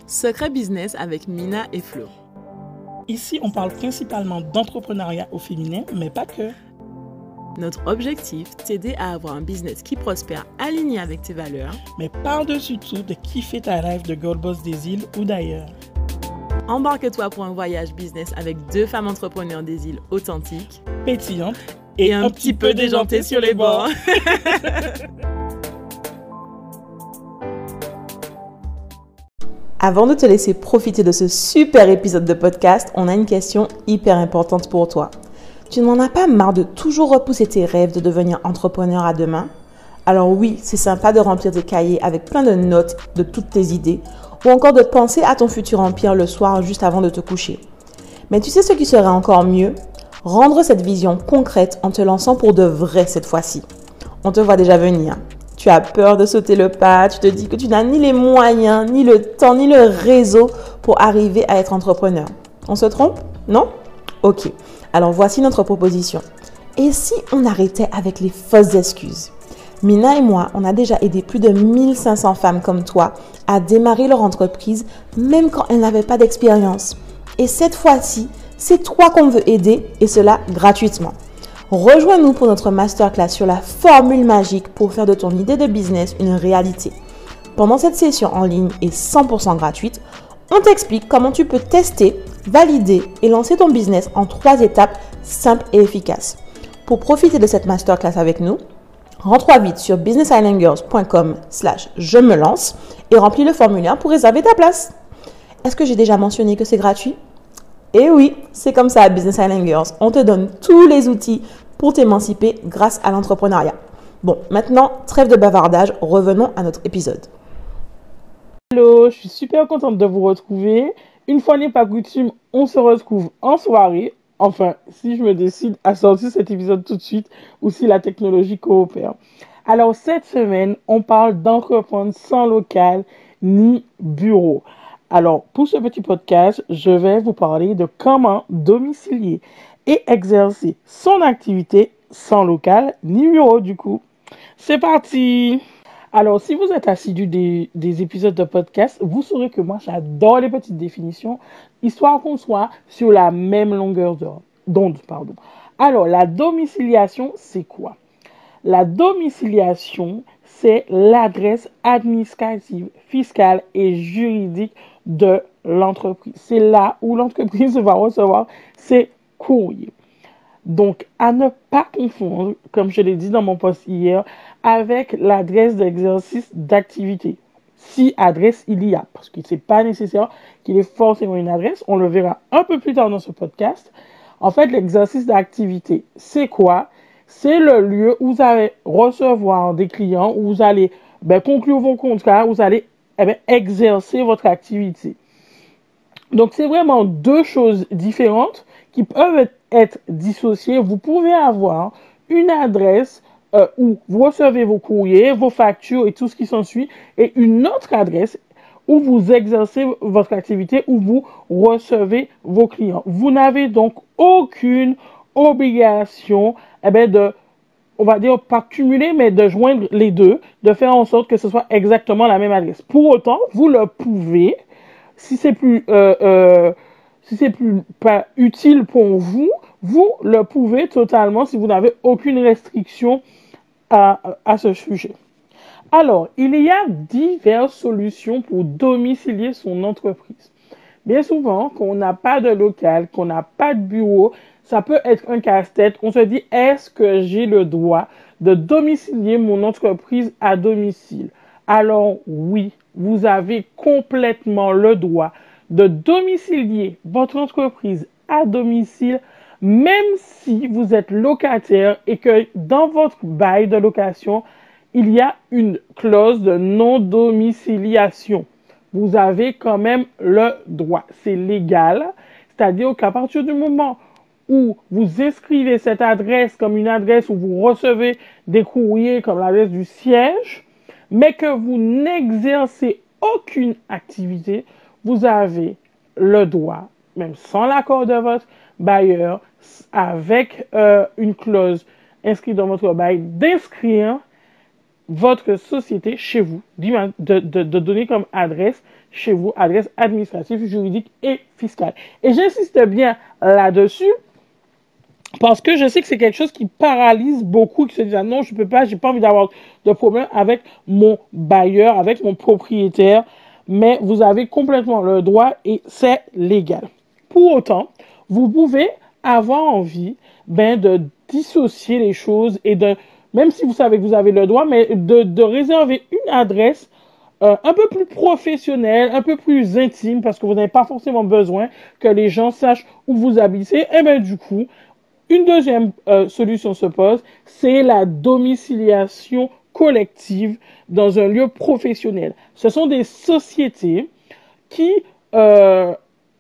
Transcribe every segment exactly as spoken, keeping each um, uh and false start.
Secret Business avec Mina et Flo. Ici, on parle principalement d'entrepreneuriat au féminin, mais pas que. Notre objectif, t'aider à avoir un business qui prospère aligné avec tes valeurs, mais par-dessus tout, de kiffer ta rêve de girl boss des îles ou d'ailleurs. Embarque-toi pour un voyage business avec deux femmes entrepreneurs des îles authentiques, pétillantes et, et un, un petit peu déjantées sur les bords. Avant de te laisser profiter de ce super épisode de podcast, on a une question hyper importante pour toi. Tu n'en as pas marre de toujours repousser tes rêves de devenir entrepreneur à demain? Alors oui, c'est sympa de remplir tes cahiers avec plein de notes de toutes tes idées ou encore de penser à ton futur empire le soir juste avant de te coucher. Mais tu sais ce qui serait encore mieux? Rendre cette vision concrète en te lançant pour de vrai cette fois-ci. On te voit déjà venir. Tu as peur de sauter le pas, tu te dis que tu n'as ni les moyens, ni le temps, ni le réseau pour arriver à être entrepreneur. On se trompe? Non? Ok, alors voici notre proposition. Et si on arrêtait avec les fausses excuses? Mina et moi, on a déjà aidé plus de mille cinq cents femmes comme toi à démarrer leur entreprise, même quand elles n'avaient pas d'expérience. Et cette fois-ci, c'est toi qu'on veut aider, et cela gratuitement. Rejoins-nous pour notre masterclass sur la formule magique pour faire de ton idée de business une réalité. Pendant cette session en ligne et cent pour cent gratuite, on t'explique comment tu peux tester, valider et lancer ton business en trois étapes simples et efficaces. Pour profiter de cette masterclass avec nous, rends-toi vite sur business island girls point com slash je me lance et remplis le formulaire pour réserver ta place. Est-ce que j'ai déjà mentionné que c'est gratuit? Et oui, c'est comme ça à Business Island Girls. On te donne tous les outils pour t'émanciper grâce à l'entrepreneuriat. Bon, maintenant, trêve de bavardage, revenons à notre épisode. Hello, je suis super contente de vous retrouver. Une fois n'est pas coutume, on se retrouve en soirée. Enfin, si je me décide à sortir cet épisode tout de suite ou si la technologie coopère. Alors, cette semaine, on parle d'entreprendre sans local ni bureau. Alors, pour ce petit podcast, je vais vous parler de comment domicilier et exercer son activité sans local ni bureau du coup. C'est parti! Alors, si vous êtes assidu des, des épisodes de podcast, vous saurez que moi, j'adore les petites définitions, histoire qu'on soit sur la même longueur d'onde. Pardon. Alors, la domiciliation, c'est quoi? La domiciliation, c'est l'adresse administrative, fiscale et juridique de l'entreprise. C'est là où l'entreprise va recevoir ses courriers. Donc, à ne pas confondre, comme je l'ai dit dans mon post hier, avec l'adresse d'exercice d'activité. Si adresse il y a, parce que ce n'est pas nécessaire qu'il y ait forcément une adresse, on le verra un peu plus tard dans ce podcast. En fait, l'exercice d'activité, c'est quoi? C'est le lieu où vous allez recevoir des clients, où vous allez ben, conclure vos contrats, où vous allez eh bien, exercer votre activité. Donc, c'est vraiment deux choses différentes qui peuvent être dissociées. Vous pouvez avoir une adresse euh, où vous recevez vos courriers, vos factures et tout ce qui s'ensuit, et une autre adresse où vous exercez votre activité, où vous recevez vos clients. Vous n'avez donc aucune obligation eh bien, de, on va dire, pas cumuler, mais de joindre les deux, de faire en sorte que ce soit exactement la même adresse. Pour autant, vous le pouvez, si c'est plus, euh, euh, si c'est plus pas utile pour vous, vous le pouvez totalement si vous n'avez aucune restriction à, à ce sujet. Alors, il y a diverses solutions pour domicilier son entreprise. Bien souvent, quand on n'a pas de local, qu'on n'a pas de bureau, ça peut être un casse-tête. On se dit, est-ce que j'ai le droit de domicilier mon entreprise à domicile? Alors oui, vous avez complètement le droit de domicilier votre entreprise à domicile, même si vous êtes locataire et que dans votre bail de location, il y a une clause de non-domiciliation. Vous avez quand même le droit. C'est légal, c'est-à-dire qu'à partir du moment où vous inscrivez cette adresse comme une adresse où vous recevez des courriers comme l'adresse du siège, mais que vous n'exercez aucune activité, vous avez le droit, même sans l'accord de votre bailleur, avec euh, une clause inscrite dans votre bail, d'inscrire votre société chez vous, de, de, de donner comme adresse chez vous, adresse administrative, juridique et fiscale. Et j'insiste bien là-dessus parce que je sais que c'est quelque chose qui paralyse beaucoup, qui se disent ah non, je peux pas, j'ai pas envie d'avoir de problème avec mon bailleur, avec mon propriétaire, mais vous avez complètement le droit et c'est légal. Pour autant, vous pouvez avoir envie ben, de dissocier les choses et de, même si vous savez que vous avez le droit, mais de, de réserver une adresse euh, un peu plus professionnelle, un peu plus intime, parce que vous n'avez pas forcément besoin que les gens sachent où vous habitez. Et bien du coup, une deuxième euh, solution se pose, c'est la domiciliation collective dans un lieu professionnel. Ce sont des sociétés qui euh,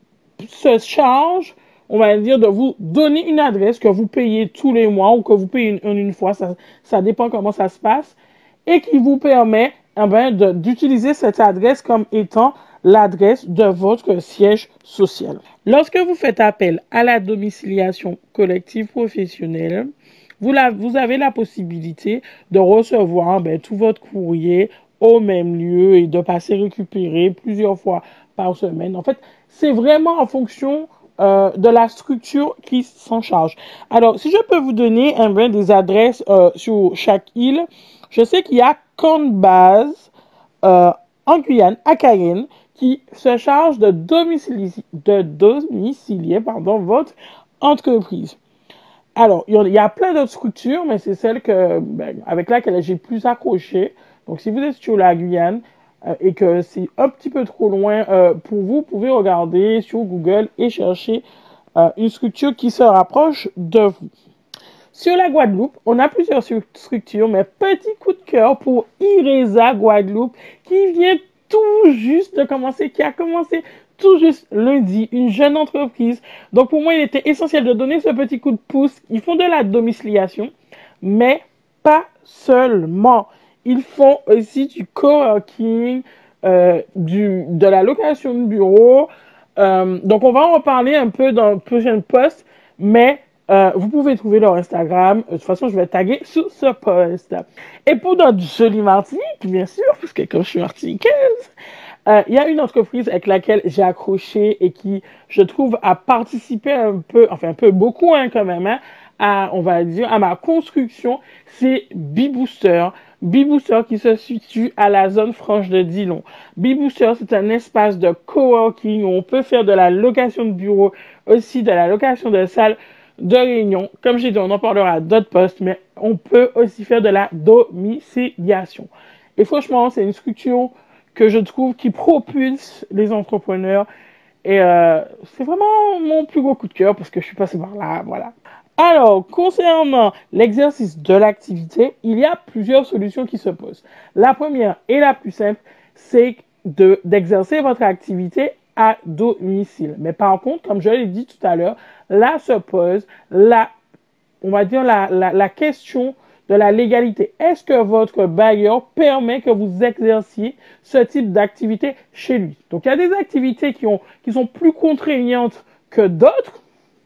se chargent, on va dire, de vous donner une adresse que vous payez tous les mois ou que vous payez une, une fois, ça, ça dépend comment ça se passe, et qui vous permet eh ben, de, d'utiliser cette adresse comme étant l'adresse de votre siège social. Lorsque vous faites appel à la domiciliation collective professionnelle, vous, la, vous avez la possibilité de recevoir ben, tout votre courrier au même lieu et de passer récupérer plusieurs fois par semaine. En fait, c'est vraiment en fonction euh, de la structure qui s'en charge. Alors, si je peux vous donner un ben, des adresses euh, sur chaque île, je sais qu'il y a Cornbase euh, en Guyane, à Cayenne, qui se charge de domicilier, de domicilier pardon, votre entreprise. Alors, il y a plein d'autres structures, mais c'est celle que, ben, avec laquelle j'ai plus accroché. Donc, si vous êtes sur la Guyane euh, et que c'est un petit peu trop loin euh, pour vous, vous pouvez regarder sur Google et chercher euh, une structure qui se rapproche de vous. Sur la Guadeloupe, on a plusieurs structures, mais petit coup de cœur pour Iresa Guadeloupe qui vient tout juste de commencer, qui a commencé tout juste lundi, une jeune entreprise. Donc pour moi, il était essentiel de donner ce petit coup de pouce. Ils font de la domiciliation, mais pas seulement. Ils font aussi du coworking, euh, du, de la location de bureau. Euh, donc on va en reparler un peu dans le prochain post, mais Euh, vous pouvez trouver leur Instagram. De toute façon, je vais taguer sur ce post. Et pour notre jolie Martinique, bien sûr, parce que comme je suis martiniquaise, euh, il y a une entreprise avec laquelle j'ai accroché et qui, je trouve, a participé un peu, enfin un peu beaucoup hein, quand même, hein, à, on va dire, à ma construction. C'est B-Booster. B-Booster qui se situe à la zone franche de Dillon. B-Booster, c'est un espace de coworking où on peut faire de la location de bureau, aussi de la location de salle de réunion. Comme j'ai dit, on en parlera à d'autres postes, mais on peut aussi faire de la domiciliation. Et franchement, c'est une structure que je trouve qui propulse les entrepreneurs. Et euh, c'est vraiment mon plus gros coup de cœur parce que je suis passé par là, voilà. Alors, concernant l'exercice de l'activité, il y a plusieurs solutions qui se posent. La première et la plus simple, c'est de, d'exercer votre activité à domicile. Mais par contre, comme je l'ai dit tout à l'heure, là se pose la, on va dire la, la, la question de la légalité. Est-ce que votre bailleur permet que vous exerciez ce type d'activité chez lui? Donc, il y a des activités qui, ont, qui sont plus contraignantes que d'autres,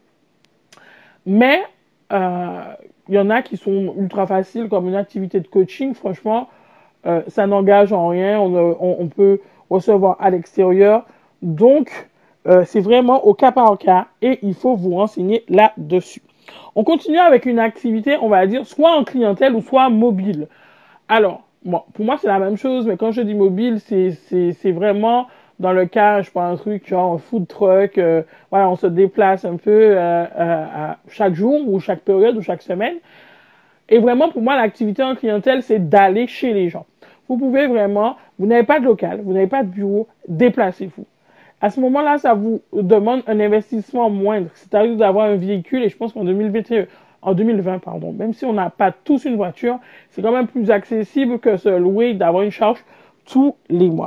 mais euh, il y en a qui sont ultra faciles, comme une activité de coaching. Franchement, euh, ça n'engage en rien. On, on, on peut recevoir à l'extérieur. Donc, euh, c'est vraiment au cas par cas et il faut vous renseigner là-dessus. On continue avec une activité, on va dire, soit en clientèle ou soit mobile. Alors, bon, pour moi, c'est la même chose, mais quand je dis mobile, c'est, c'est, c'est vraiment dans le cas, je prends un truc genre un food truck, euh, voilà, on se déplace un peu euh, euh, à chaque jour ou chaque période ou chaque semaine. Et vraiment, pour moi, l'activité en clientèle, c'est d'aller chez les gens. Vous pouvez vraiment, vous n'avez pas de local, vous n'avez pas de bureau, déplacez-vous. À ce moment-là, ça vous demande un investissement moindre. C'est-à-dire d'avoir un véhicule, et je pense qu'en deux mille vingt et un, en deux mille vingt, pardon, même si on n'a pas tous une voiture, c'est quand même plus accessible que se louer, d'avoir une charge tous les mois.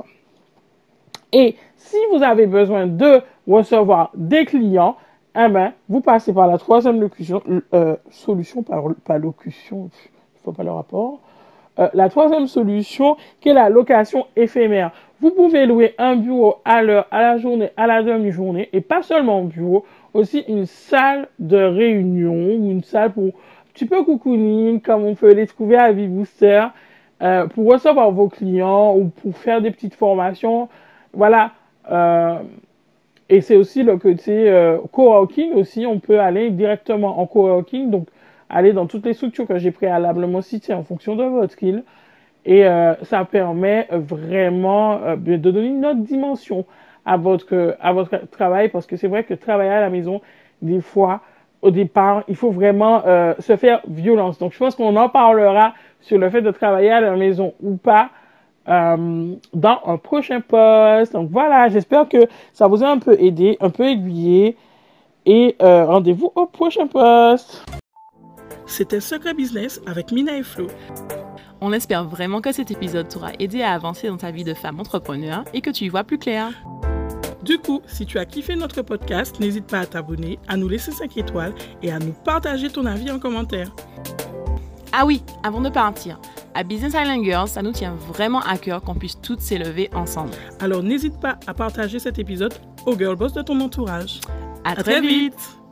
Et si vous avez besoin de recevoir des clients, eh ben, vous passez par la troisième locution, euh, solution, par, par locution, il ne faut pas le rapport. Euh, la troisième solution, qui est la location éphémère. Vous pouvez louer un bureau à l'heure, à la journée, à la demi-journée, et pas seulement un bureau, aussi une salle de réunion ou une salle pour un petit peu cocooning, comme on peut les trouver à B-Booster. euh, pour recevoir vos clients ou pour faire des petites formations. Voilà. Euh, et c'est aussi le côté euh, coworking aussi. On peut aller directement en coworking, donc aller dans toutes les structures que j'ai préalablement citées en fonction de votre skill. Et euh, ça permet vraiment euh, de donner une autre dimension à votre, à votre travail, parce que c'est vrai que travailler à la maison, des fois, au départ, il faut vraiment euh, se faire violence. Donc, je pense qu'on en parlera sur le fait de travailler à la maison ou pas euh, dans un prochain post. Donc, voilà, j'espère que ça vous a un peu aidé, un peu aiguillé. Et euh, rendez-vous au prochain post. C'était Secret Business avec Mina et Flo. On espère vraiment que cet épisode t'aura aidé à avancer dans ta vie de femme entrepreneur et que tu y vois plus clair. Du coup, si tu as kiffé notre podcast, n'hésite pas à t'abonner, à nous laisser cinq étoiles et à nous partager ton avis en commentaire. Ah oui, avant de partir, à Business Island Girls, ça nous tient vraiment à cœur qu'on puisse toutes s'élever ensemble. Alors n'hésite pas à partager cet épisode aux girl boss de ton entourage. À, à très, très vite, vite.